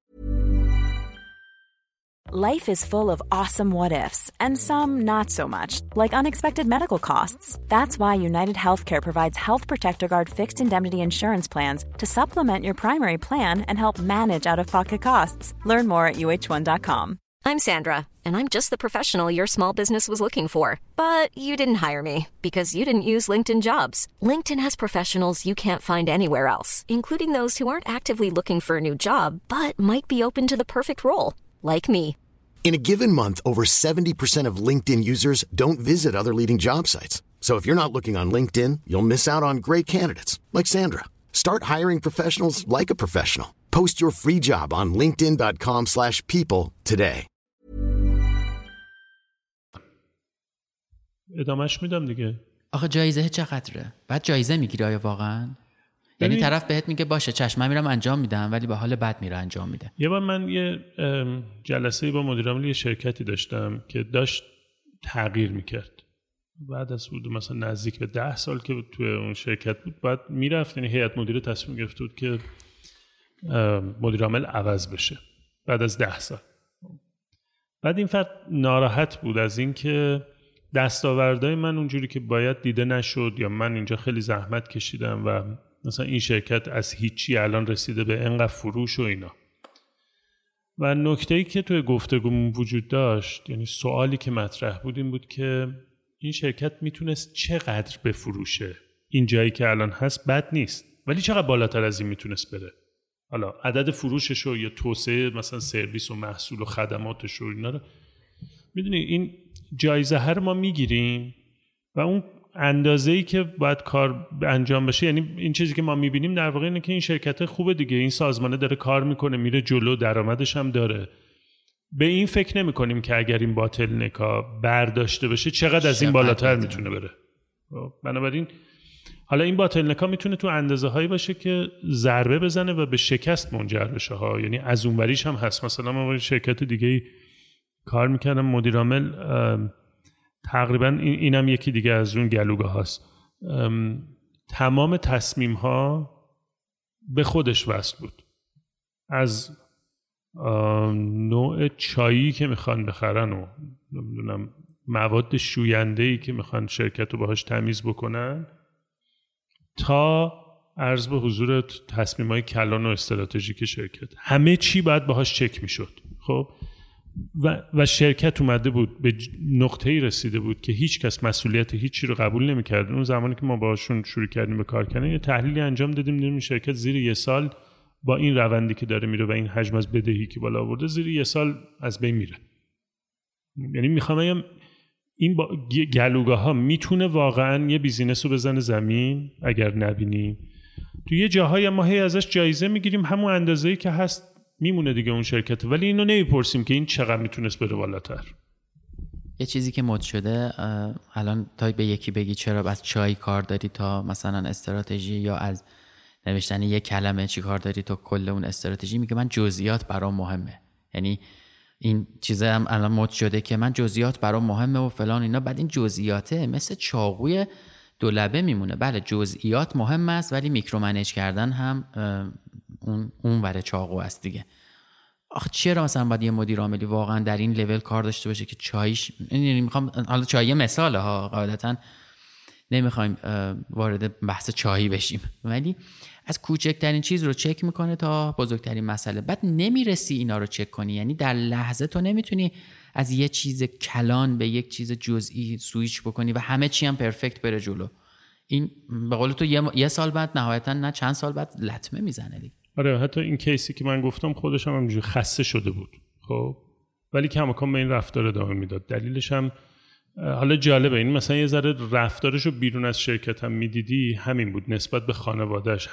Life is full of awesome what-ifs, and some not so much, like unexpected medical costs. That's why United Healthcare provides Health Protector Guard fixed indemnity insurance plans to supplement your primary plan and help manage out-of-pocket costs. Learn more at uh1.com. I'm Sandra, and I'm just the professional your small business was looking for. But you didn't hire me, because you didn't use LinkedIn Jobs. LinkedIn has professionals you can't find anywhere else, including those who aren't actively looking for a new job, but might be open to the perfect role, like me. In a given month, over 70% of LinkedIn users don't visit other leading job sites. So if you're not looking on LinkedIn, you'll miss out on great candidates like Sandra. Start hiring professionals like a professional. Post your free job on linkedin.com/people today. ادامهش میدم دیگه. آخه جایزه چقدره؟ بعد جایزه میگیری آیا واقعا؟ یعنی طرف بهت میگه باشه چشم من میرم انجام میدم، ولی با حال بد میره انجام میده. یه بار من یه جلسه با مدیر عامل یه شرکتی داشتم که داشت تغییر میکرد. بعد از حدود مثلا نزدیک به 10 سال که توی اون شرکت بود، بعد میرفت، یعنی هیئت مدیره تصمیم گرفته بود که مدیر عامل عوض بشه بعد از 10 سال. بعد این فرد ناراحت بود از این که دستاوردهای من اونجوری که باید دیده نشد، یا من اینجا خیلی زحمت کشیدم و مثلا این شرکت از هیچی الان رسیده به اینقدر فروش و اینا. و نکته‌ای که توی گفتگومون وجود داشت، یعنی سوالی که مطرح بود این بود که این شرکت میتونست چقدر بفروشه؟ این جایی که الان هست بد نیست، ولی چقدر بالاتر از این میتونست بره؟ حالا عدد فروشش رو یا توسعه مثلا سرویس و محصول و خدماتش رو اینا رو میدونی، این جایزه هر ما میگیریم و اون اندازه‌ای که باید کار انجام بشه، یعنی این چیزی که ما میبینیم در واقع اینه که این شرکت خوبه دیگه، این سازمانه داره کار میکنه میره جلو، درآمدش هم داره. به این فکر نمی‌کنیم که اگر این باتلنکا برداشته بشه چقدر از این بالاتر میتونه بره. بنابراین حالا این باتلنکا میتونه تو اندازه هایی باشه که ضربه بزنه و به شکست منجر بشه ها، یعنی از اونوریش هم هست. مثلا من با شرکت دیگه کار میکردم، مدیر عامل تقریبا اینم یکی دیگه از اون گلوگاه هاست، تمام تصمیم ها به خودش وصل بود، از نوع چایی که میخوان بخرن و نمیدونم مواد شوینده‌ای که میخوان شرکت رو باهاش تمیز بکنن تا عرض به حضورت تصمیم‌های کلان و استراتژیک شرکت، همه چی باید باهاش چک میشد. خب و شرکت اومده بود به نقطه‌ای رسیده بود که هیچ کس مسئولیت هیچی رو قبول نمی‌کرد. اون زمانی که ما باهاشون شروع کردیم به کار کردن، یه تحلیلی انجام دادیم، دیدیم شرکت زیر یه سال با این روندی که داره میره و این حجم از بدهی که بالا آورده زیر یه سال از بین میره. یعنی میخوام بگم این گلوگاه‌ها میتونه واقعا یه بیزینس رو بزنه زمین اگر نبینیم. تو یه جاهای ما هی ازش جایزه میگیریم، همون اندازه‌ای که هست میمونه دیگه اون شرکت، ولی اینو نمیپرسیم که این چقدر میتونست بره بالاتر. یه چیزی که مد شده الان تا به یکی بگی چرا از چای کار داری تا مثلا استراتژی، یا از نوشتن یک کلمه چی کار داری تا کل اون استراتژی، میگه من جزئیات برام مهمه. یعنی این چیزا هم الان مد شده که من جزئیات برام مهمه و فلان اینا. بعد این جزئیاته مثل چاقوی دولبه میمونه. بله جزئیات مهم است، ولی میکرو منیج کردن هم اون ور چاقو است دیگه. آخه چرا مثلا باید یه مدیر عاملی واقعا در این لول کار داشته باشه که چایش، یعنی میخوام حالا چای مثاله ها، قاعدتا نمیخوایم وارد بحث چایی بشیم، ولی از کوچکترین چیز رو چک میکنه تا بزرگترین مسئله. بعد نمیرسی اینا رو چک کنی، یعنی در لحظه تو نمیتونی از یه چیز کلان به یک چیز جزئی سویچ بکنی و همه چی هم پرفکت بره جلو. این به قول تو یه سال بعد نهایتا نه چند سال بعد لطمه میزنه دیگه. آره حتی این کیسی که من گفتم خودش هم همینجوری خسته شده بود، خب ولی کماکان به این رفتار ادامه میداد. دلیلش هم حالا جالبه، این مثلا یه ذره رفتارشو بیرون از شرکت هم میدیدی همین بود نسبت به خانواده‌اش.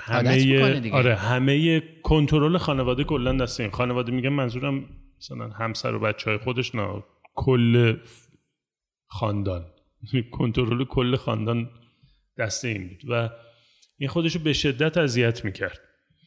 همه کنترل خانواده کلا دست این خانواده، میگم منظورم مثلا همسر و بچهای خودش، نه کل خاندان، کنترل کل خاندان دست این بود و این خودشو به شدت اذیت میکرد.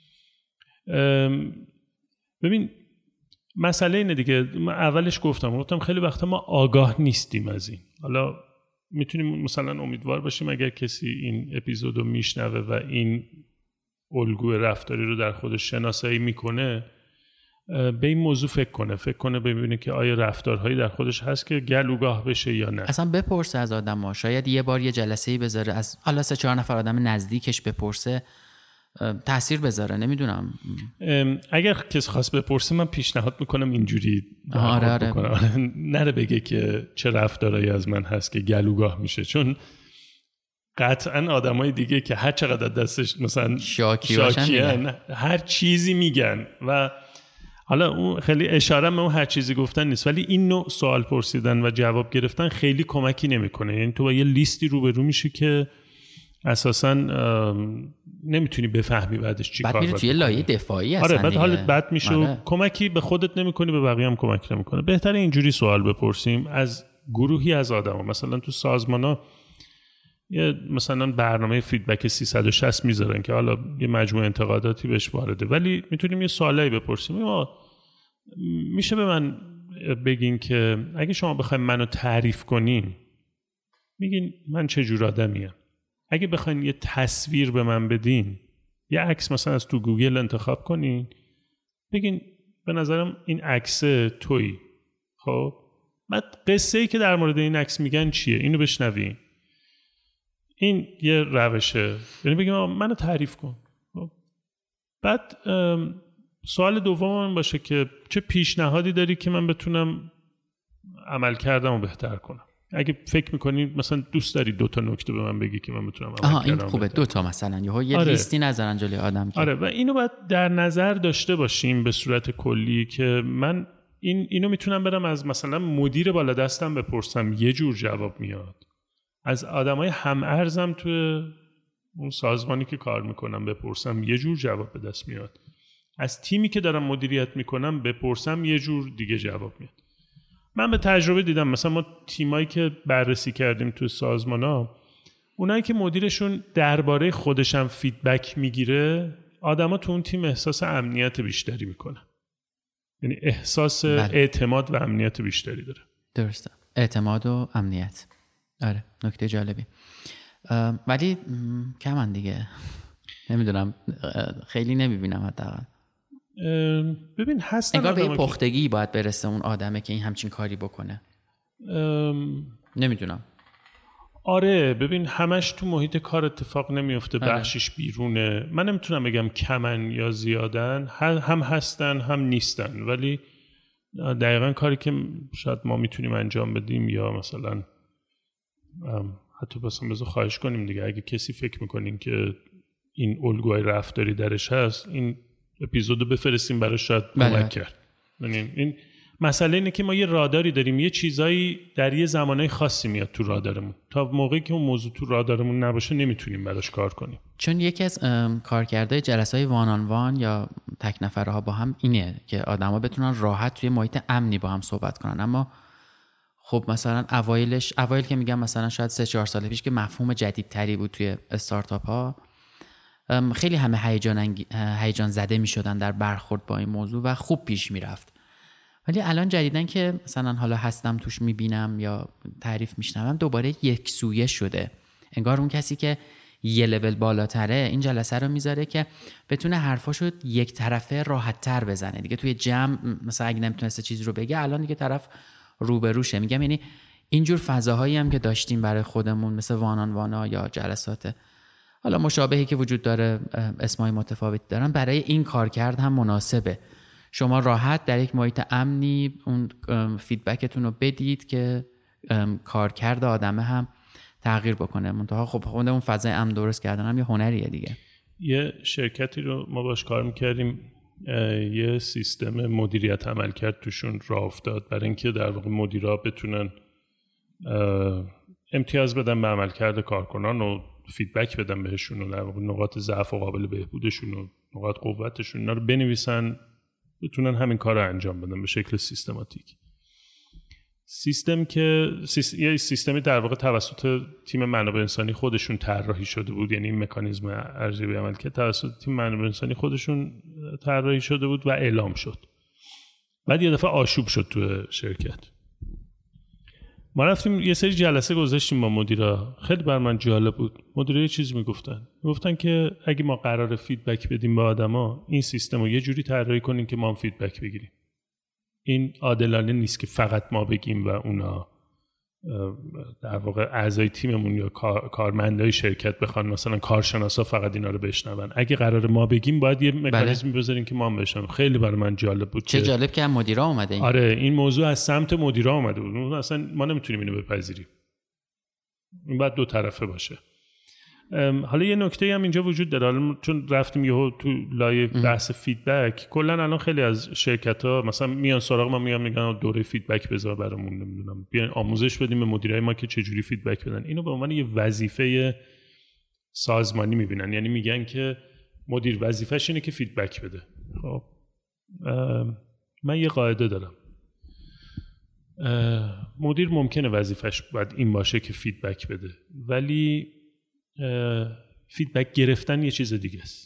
ببین مسئله اینه دیگه، من اولش گفتم خیلی وقتا ما آگاه نیستیم از این. حالا میتونیم مثلا امیدوار باشیم اگر کسی این اپیزودو میشنوه و این الگوی رفتاری رو در خودش شناسایی میکنه، به این موضوع فکر کنه ببینه که آیا رفتارهایی در خودش هست که گلوگاه بشه یا نه. اصلا بپرسه از آدم‌ها، شاید یه بار یه جلسه‌ای بذاره، از حالا 3-4 نفر آدم نزدیکش بپرسه، تأثیر بذاره. نمیدونم، اگر کسی خواست بپرسه من پیشنهاد میکنم اینجوری آره. نره بگه که چه رفتارهایی از من هست که گلوگاه میشه، چون قطعا آدمای دیگه که هر چقدر دستش مثلا شاکیان هر چیزی میگن و حالا اون خیلی اشاره به اون هر چیزی گفتن نیست، ولی این نوع سوال پرسیدن و جواب گرفتن خیلی کمکی نمیکنه. یعنی تو با یه لیستی روبرو میشی که اساساً نمیتونی بفهمی بعدش چی کار باید بعد میری توی لایه دفاعی هستن. آره بعد حالت بد میشه و کمکی به خودت نمیکنی، به بقیه هم کمک نمیکنه. بهتره اینجوری سوال بپرسیم از گروهی از آدما. مثلا تو سازمانا یه مثلا برنامه فیدبک 360 میذارن که حالا یه مجموعه انتقاداتی بهش وارده، ولی میتونیم یه سوالایی بپرسیم. میشه به من بگین که اگه شما بخواید منو تعریف کنین میگین من چه جور آدمیم؟ اگه بخواین یه تصویر به من بدین، یه عکس مثلا از تو گوگل انتخاب کنین، بگین به نظرم این عکس تویی. خب بعد قصه ای که در مورد این عکس میگن چیه؟ اینو بشنوین. این یه روشه، یعنی بگیم منو تعریف کن. خب بعد سوال دوم باشه که چه پیشنهادی داری که من بتونم عمل کردم و بهتر کنم. اگه فکر میکنی مثلا دوست داری 2 نکته به من بگی که من بتونم عمل کنم. این خوبه 2 مثلا یه لیستی نذارن جلوی آدم که. آره و اینو باید در نظر داشته باشیم به صورت کلی که من اینو میتونم برم از مثلا مدیر بالا دستم بپرسم یه جور جواب میاد، از آدمای هم ارزم تو اون سازمانی که کار میکنم بپرسم یه جور جواب به دست میاد، از تیمی که دارم مدیریت میکنم بپرسم یه جور دیگه جواب میاد. من به تجربه دیدم مثلا ما تیمایی که بررسی کردیم تو سازمانا اونایی که مدیرشون درباره خودشم فیدبک میگیره، آدما تو اون تیم احساس امنیت بیشتری میکنن. یعنی احساس اعتماد و امنیت بیشتری داره. درسته، اعتماد و امنیت. آره، نکته جالبی. ولی کمن دیگه، نمیدونم، خیلی نمیبینم حداقل. ببین هستن انگار به پختگی باید برسه اون آدمه که این همچین کاری بکنه. نمیدونم. آره ببین همش تو محیط کار اتفاق نمیفته، بخشش بیرونه. من نمیتونم بگم کمن یا زیادن، هم هستن هم نیستن، ولی دقیقاً کاری که شاید ما میتونیم انجام بدیم یا مثلا حتی بذار خواهش کنیم دیگه، اگه کسی فکر میکنین که این الگوهای رفتاری درش هست، این اپیزودو بفرستیم براش، شاید کمک کرد. این مسئله اینه که ما یه راداری داریم، یه چیزایی در یه زمانهای خاصی میاد تو رادارمون، تا موقعی که اون موضوع تو رادارمون نباشه نمیتونیم براش کار کنیم. چون یکی از کارکردهای جلسه‌های وان آن وان یا تک نفرها با هم اینه که آدما بتونن راحت توی محیط امنی با هم صحبت کنن. اما خب مثلا اوایل که میگم مثلا شاید 3-4 سال پیش که مفهوم جدیدتری بود توی استارتاپ ها، خیلی همه هیجان زده میشدن در برخورد با این موضوع و خوب پیش میرفت. ولی الان جدیدن که مثلا حالا هستم توش میبینم یا تعریف میشنوم، دوباره یک سویه شده. انگار اون کسی که یه لول بالاتره این جلسه رو میذاره که بتونه حرفاشو یک طرفه راحت تر بزنه دیگه. توی جمع مثلا اگه نمیتونسته چیزی رو بگه، الان دیگه طرف روبروشه. میگم یعنی اینجور فضاهایی هم که داشتیم برای خودمون مثل وانان وانا یا جلسات حالا مشابهی که وجود داره، اسمای متفاوتی دارن، برای این کارکرد هم مناسبه. شما راحت در یک محیط امنی اون فیدبکتون رو بدید که کارکرد آدمه هم تغییر بکنه. منتها خب اون فضای امن درست کردن هم یه هنریه دیگه. یه شرکتی رو ما باش کار میکردیم، یه سیستم مدیریت عملکرد توشون راه افتاد برای اینکه در واقع مدیرا بتونن امتیاز بدن به عملکرد کارکنان و فیدبک بدن بهشون و در واقع نقاط ضعف و قابل بهبودشون و نقاط قوتشون اینا رو بنویسن، بتونن همین کار رو انجام بدن به شکل سیستماتیک. یه سیستمی در واقع توسط تیم منابع انسانی خودشون طراحی شده بود، یعنی این مکانیزم ارزیابی عملکرد توسط تیم منابع انسانی خودشون طراحی شده بود و اعلام شد. بعد یه دفعه آشوب شد تو شرکت. ما رفتیم یه سری جلسه گذاشتیم با مدیرا، خیلی بر من جالب بود. مدیرا یه چیز میگفتن که اگه ما قراره فیدبک بدیم به آدما، این سیستم رو یه جوری طراحی کنیم که ما هم فیدبک بگیریم. این عادلانه نیست که فقط ما بگیم و اونا در واقع اعضای تیممون یا کارمندای شرکت بخوان مثلا کارشناسا فقط اینا رو بشنون. اگه قراره ما بگیم، باید یه مکانیزمی بذاریم که ما هم بشنویم. خیلی برای من جالب بود. چه جالب که هم مدیرا اومده این. آره این موضوع از سمت مدیرا اومده بود. اصلا ما نمیتونیم اینو بپذیریم. این باید دو طرفه باشه. حالا یه نکته هم اینجا وجود داره، حالا چون رفتیم یهو تو لایه بحث فیدبک، کلا الان خیلی از شرکت‌ها مثلا میان سراغ ما، میگن دوره فیدبک بذار برامون، نمیدونم بیاین آموزش بدیم به مدیرای ما که چه جوری فیدبک بدن. اینو به عنوان یه وظیفه سازمانی میبینن، یعنی میگن که مدیر وظیفه‌ش اینه که فیدبک بده. خب من یه قاعده دارم، مدیر ممکنه وظیفه‌ش باید این باشه که فیدبک بده، ولی فیدبک گرفتن یه چیز دیگه است.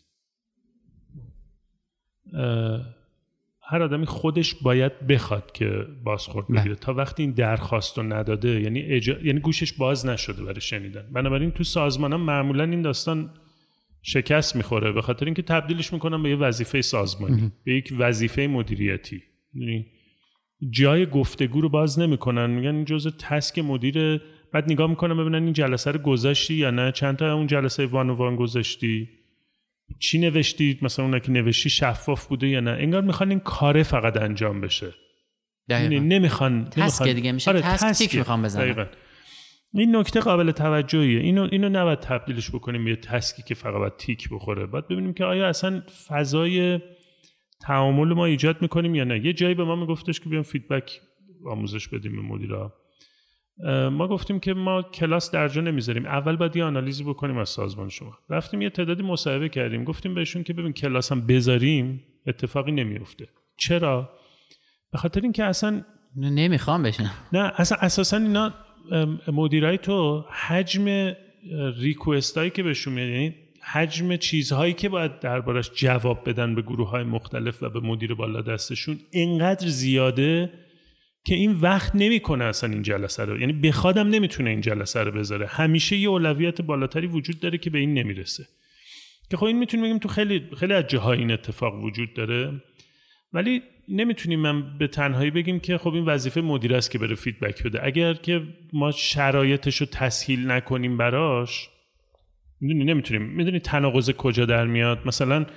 هر آدمی خودش باید بخواد که بازخورد بگیره. تا وقتی این درخواست رو نداده، یعنی گوشش باز نشده برای شنیدن. بنابراین تو سازمان‌ها معمولا این داستان شکست میخوره، به خاطر اینکه تبدیلش میکنن به یه وظیفه سازمانی، به یک وظیفه مدیریتی. یعنی جای گفتگو رو باز نمیکنن، میگن این جزء تسک مدیره. بعد نگاه میکنم ببینن این جلسه رو گذاشتی یا نه، چند تا اون جلسه وان و وان گذاشتی، چی نوشتی، مثلا اون که نوشتی شفاف بوده یا نه. انگار میخوان این کاره فقط انجام بشه. یعنی نمیخوان تسک دیگه میشه. تسک میخوام بزنم. این نکته قابل توجهیه. اینو نباید تبدیلش بکنیم به تسکی که فقط باید تیک بخوره. باید ببینیم که آیا اصلا فضای تعامل ما ایجاد میکنیم یا نه. یه جایی به ما میگفتش که بیام فیدبک آموزش بدیم به مدیرا. ما گفتیم که ما کلاس درجا نمیذاریم، اول باید یه آنالیزی بکنیم از سازمان شما. رفتیم یه تعدادی مصاحبه کردیم، گفتیم بهشون که ببین کلاس هم بذاریم اتفاقی نمیفته. چرا؟ به خاطر اینکه اصلا نمیخوام بشن. نه اصلا اساسا اینا مدیرای تو حجم ریکوستایی که بهشون میاد، یعنی حجم چیزهایی که باید دربارش جواب بدن به گروه‌های مختلف و به مدیر بالا دستشون اینقدر زیاده که این وقت نمیکنه اصلا این جلسه رو، یعنی بخوادم نمیتونه این جلسه رو بذاره. همیشه یه اولویت بالاتری وجود داره که به این نمیرسه، که خب این میتونیم بگیم تو خیلی از جاهای این اتفاق وجود داره، ولی نمیتونیم من به تنهایی بگیم که خب این وظیفه مدیر است که بره فیدبک بده. اگر که ما شرایطش رو تسهیل نکنیم براش، نمیتونیم. میدونی تناقض کجا در میاد؟ مثلا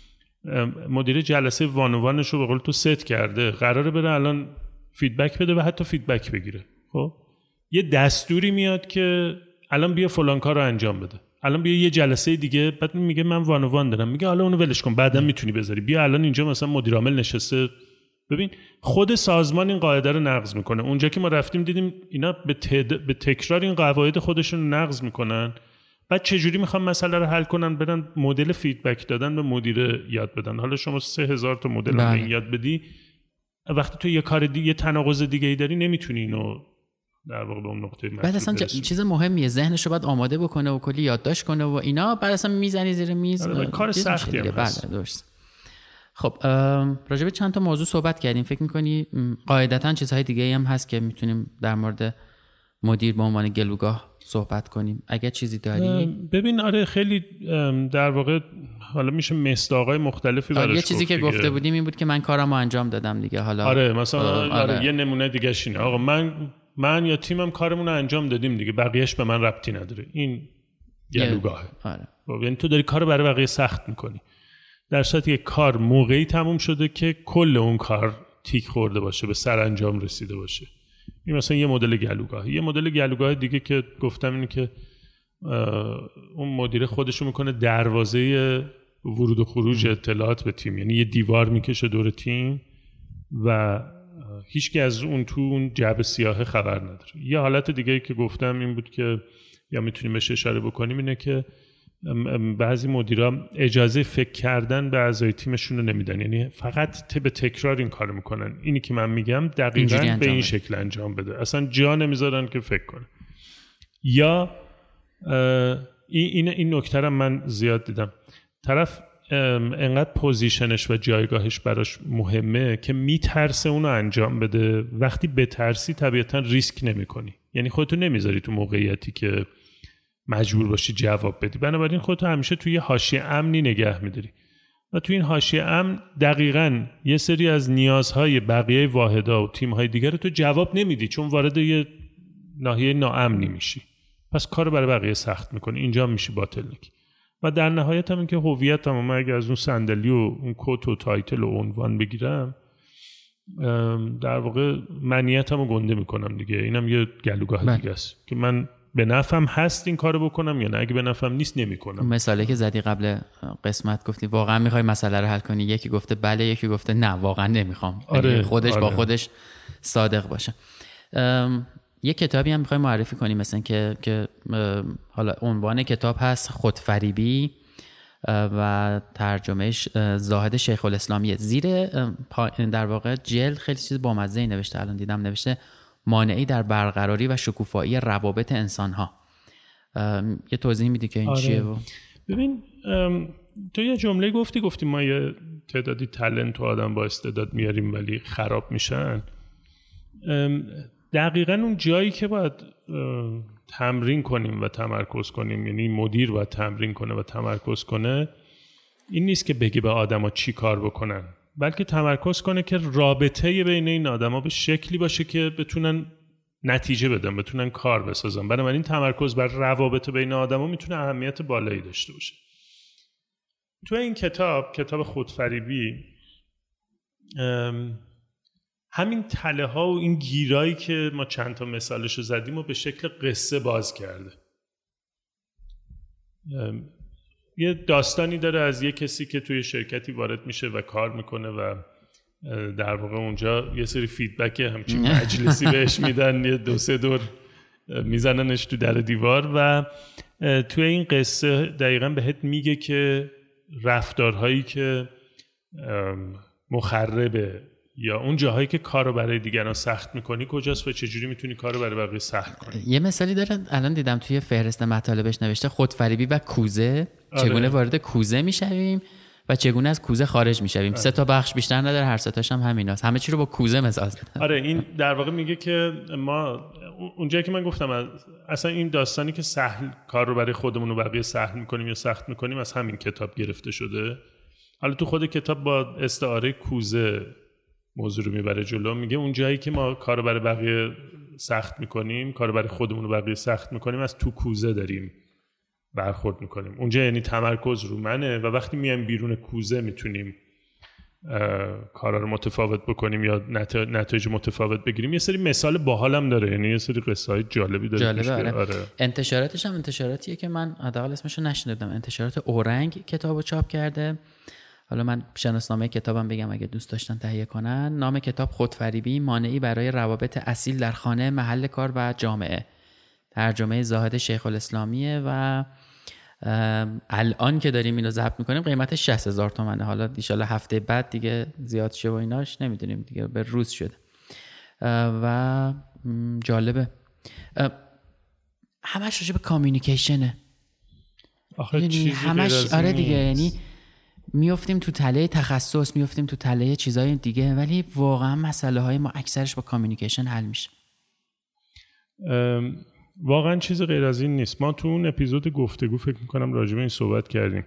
مدیر جلسه وانوانش رو به قول تو ست کرده، قراره بره الان فیدبک بده و حتی فیدبک بگیره. خب یه دستوری میاد که الان بیا فلان کار رو انجام بده، الان بیا یه جلسه دیگه، بعد میگه من وانوان دارم، میگه حالا اونو ولش کن بعداً میتونی بذاری، بیا الان اینجا مثلا مدیر عامل نشسته. ببین خود سازمان این قاعده رو نقض میکنه. اونجا که ما رفتیم دیدیم اینا به تکرار این قواعد خودشون رو نقض میکنن. بعد چجوری میخوام مسئله رو حل کنن؟ برن مدل فیدبک دادن به مدیر یاد بدن. حالا شما 3000 تا مدل این یاد بدی، وقتی تو یه کار دیگه، یه تناقض دیگه ای داری، نمیتونی اینو در واقع به اون نقطه مطلوب بعد اصلا چیز مهمیه، ذهنشو باید آماده بکنه و کلی یادداشت کنه و اینا، بعد اصلا میزنی زیر میز. کار سختی هم هست. بله درست. خب راجع به چند تا موضوع صحبت کردیم. فکر می‌کنی قاعدتاً چیزهای دیگه هم هست که میتونیم در مورد مدیر به عنوان گلوگاه صحبت کنیم؟ اگه چیزی داری؟ ببین آره خیلی در واقع حالا میشه مصداقای مختلفی براش یه چیزی که گفته بودیم این بود که من کارمو انجام دادم دیگه. حالا آره مثلا آره یه نمونه دیگه شینه آقا من یا تیمم کارمون رو انجام دادیم دیگه، بقیه‌اش به من ربطی نداره. این گلوگاهه. آره. یعنی تو داری کارو برای بقیه سخت میکنی، در صورتی که کار موقعی تموم شده که کل اون کار تیک خورده باشه، به سرانجام رسیده باشه. این مثلا یه مدل گلوگاه. یه مدل گلوگاه دیگه که گفتم اینه که اون مدیر خودشو میکنه دروازه ورود و خروج اطلاعات به تیم، یعنی یه دیوار میکشه دور تیم و هیچکی از اون تو اون جعبه سیاه خبر نداره. یه حالت دیگه که گفتم این بود که یا میتونیم بهش اشاره بکنیم اینه که بعضی مدیرا اجازه فکر کردن به اعضای تیمشون رو نمیدن، یعنی فقط به تکرار این کارو میکنن. اینی که من میگم دقیقاً به این شکل انجام بده، اصلا جا نمیذارن که فکر کنه. یا این نکته رو من زیاد دیدم، طرف انقدر پوزیشنش و جایگاهش براش مهمه که میترسه اونو انجام بده. وقتی بترسی طبیعتاً ریسک نمیکنی، یعنی خودتو نمیذاری تو موقعیتی که مجبور باشی جواب بدی. بنابراین خودتو همیشه توی یه حاشیه امنی نگه میداری و توی این حاشیه امن دقیقاً یه سری از نیازهای بقیه واحدها و تیم‌های دیگر رو تو جواب نمیدی، چون وارد یه ناحیه ناامنی میشی، پس کارو برای بقیه سخت میکنی، اینجا میشی باطلنک. و در نهایت هم این که هویت تمام اگه از اون صندلی و اون کت و تایتل و عنوان بگیرم، در واقع منیتمو گنده میکنم دیگه. اینم یه گلوگاه دیگه است که من به نفعم هست این کارو بکنم یا نه، اگه به نفعم نیست نمیکنم. مثالی که زدی قبل قسمت گفتی واقعا میخوای مسئله رو حل کنی، یکی گفته بله، یکی گفته نه واقعا نمیخوام. آره، خودش آره. با خودش صادق باشه. یه کتابی هم میخوای معرفی کنی مثلا که حالا عنوان کتاب هست خودفریبی و ترجمهش زاهد شیخ الاسلامیه. زیر در واقع جلد خیلی چیز بامزه‌ای نوشته، الان دیدم نوشته مانعی در برقراری و شکوفایی روابط انسان‌ها. یه توضیح میدی که این چیه؟ ببین تو یه جمله گفتی ما یه تعدادی تالنت و آدم با استعداد میاریم ولی خراب میشن. دقیقاً اون جایی که باید تمرین کنیم و تمرکز کنیم، یعنی مدیر باید تمرین کنه و تمرکز کنه، این نیست که بگه به آدما چی کار بکنن، بلکه تمرکز کنه که رابطه بین این آدما به شکلی باشه که بتونن نتیجه بدن، بتونن کار بسازن. بنابراین تمرکز بر روابط بین آدما میتونه اهمیت بالایی داشته باشه. تو این کتاب خودفریبی همین تله ها و این گیرایی که ما چند تا مثالشو زدیم و به شکل قصه باز کرده. یه داستانی داره از یه کسی که توی شرکتی وارد میشه و کار میکنه و در واقع اونجا یه سری فیدبک همچین مجلسی بهش میدن، یه 2-3 دور میزننش تو در دیوار و توی این قصه دقیقاً بهت میگه که رفتارهایی که مخرب یا اون جاهایی که کارو برای دیگران سخت میکنی کجاست و چجوری میتونی کارو برای بقیه سخت کنی؟ یه مثالی داره الان دیدم توی فهرست مطالبش نوشته خودفریبی و کوزه. چگونه وارد کوزه میشویم و چگونه از کوزه خارج میشویم. 3 تا بخش بیشتر نداره، هر 3 تاش هم همیناست. همه چی رو با کوزه مثال زدن. آره این در واقع میگه که ما اونجایی که من گفتم اصلا این داستانی که سهل کار رو برای خودمون و بقیه سهل میکنیم یا سخت میکنیم از همین کتاب گرفته شده. حالا تو خود کتاب با استعاره کوزه موضوع رو میبره جلو. میگه اون جایی که ما کار رو برای بقیه سخت میکنیم، کار رو برای خودمون و بقیه سخت میکنیم، از تو کوزه داریم برخورد میکنیم. اونجا یعنی تمرکز رو منه و وقتی میایم بیرون کوزه میتونیم کارا رو متفاوت بکنیم یا نتایج متفاوت بگیریم. یه سری مثال باحالم داره، یعنی یه سری قصه های جالبی داره. جالبه. آره. انتشاراتش هم انتشاراتیه که من حداقل اسمشو نشنیدم. انتشارات اورنگ کتابو چاپ کرده. حالا من شناسنامه کتابم بگم اگه دوست داشتن تهیه کنن. نام کتاب خودفریبی، مانعی برای روابط اصیل در خانه، محل کار و جامعه. ترجمه زاهد شیخ الاسلامیه و الان که داریم اینو ضبط میکنیم قیمتش 60,000 تومنه. حالا ان شاءالله هفته بعد دیگه زیاد شه و ایناش نمیدونیم دیگه، به روز شده. و جالبه همش راجع به کامیونیکیشنه. آخه چیزی همش آره دیگه، یعنی میافتیم تو تله تخصص، میافتیم تو تله چیزای دیگه، ولی واقعا مسئله های ما اکثرش با کامیونیکیشن حل میشه. واقعا چیز غیر از این نیست. ما تو اون اپیزود گفتگو فکر میکنم راجع به این صحبت کردیم.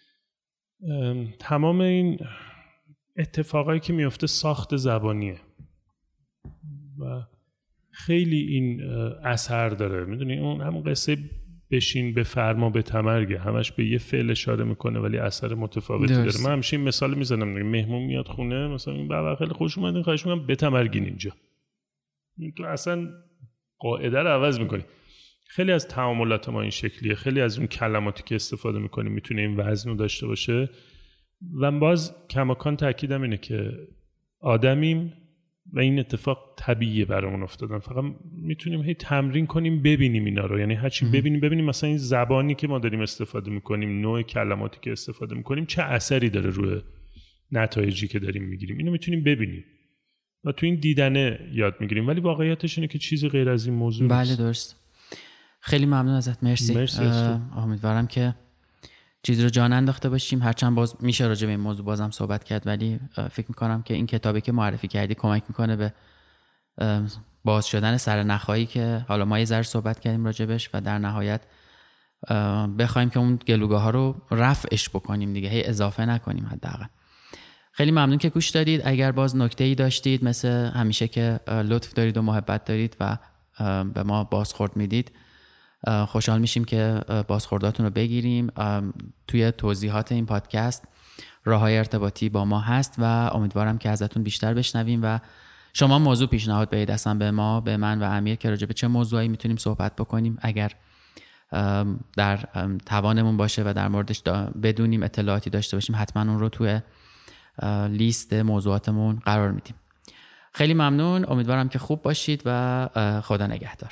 تمام این اتفاقایی که میفته ساخت زبانیه و خیلی این اثر داره. میدونی اون همون قصه بشین بفرما به تمرگه، همش به یه فعل اشاره میکنه ولی اثر متفاوتی داره. من همیشه این مثال میزنم، مهمون میاد خونه مثلا این بابا خیلی خوش اومدین، خواهش میکنم بتمرگین اینجا. تو اصلا قاعده رو عوض میکنی. خیلی از تعاملات ما این شکلیه، خیلی از اون کلماتی که استفاده میکنیم میتونه این وزن رو داشته باشه. و باز کماکان تاکیدم اینه که آدمیم و این اتفاق طبیعیه برامون افتادن. فقط میتونیم هی تمرین کنیم ببینیم اینا رو، یعنی هرچی ببینیم مثلا این زبانی که ما داریم استفاده میکنیم، نوع کلماتی که استفاده میکنیم چه اثری داره روی نتایجی که داریم میگیریم. اینو میتونیم ببینیم و تو این دیدنه یاد میگیریم، ولی واقعیتش اینه که چیزی غیر از این موضوع نیست. بله درست. خیلی ممنون ازت. مرسی. امیدوارم که چیزی رو جان انداخته باشیم. هرچند باز میشه راجع به این موضوع بازم صحبت کرد، ولی فکر میکنم که این کتابی که معرفی کردی کمک میکنه به باز شدن سرنخایی که حالا ما یه ذره صحبت کردیم راجبش و در نهایت بخوایم که اون گلوگاه ها رو رفعش بکنیم دیگه، هی اضافه نکنیم حداقل. خیلی ممنون که گوش دادید. اگر باز نکته‌ای داشتید مثل همیشه که لطف دارید و محبت دارید و به ما بازخورد میدید، خوشحال میشیم که بازخورداتون رو بگیریم. توی توضیحات این پادکست راههای ارتباطی با ما هست و امیدوارم که ازتون بیشتر بشنویم و شما موضوع پیشنهاد بدید اصلا به من و امیر که راجع به چه موضوعی میتونیم صحبت بکنیم. اگر در توانمون باشه و در موردش بدونیم اطلاعاتی داشته باشیم، حتما اون رو توی لیست موضوعاتمون قرار میدیم. خیلی ممنون. امیدوارم که خوب باشید و خدا نگهدار.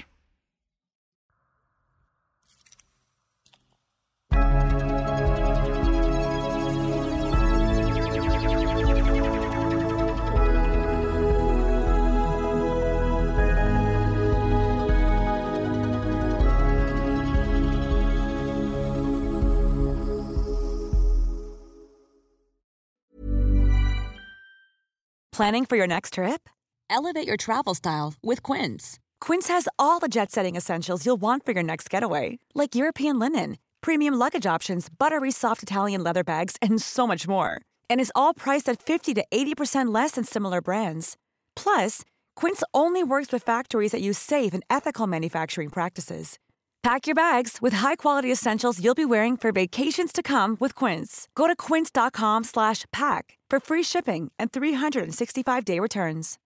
Planning for your next trip? Elevate your travel style with Quince. Quince has all the jet-setting essentials you'll want for your next getaway, like European linen, premium luggage options, buttery soft Italian leather bags, and so much more. And is all priced at 50 to 80% less than similar brands. Plus, Quince only works with factories that use safe and ethical manufacturing practices. Pack your bags with high-quality essentials you'll be wearing for vacations to come with Quince. Go to quince.com/pack for free shipping and 365-day returns.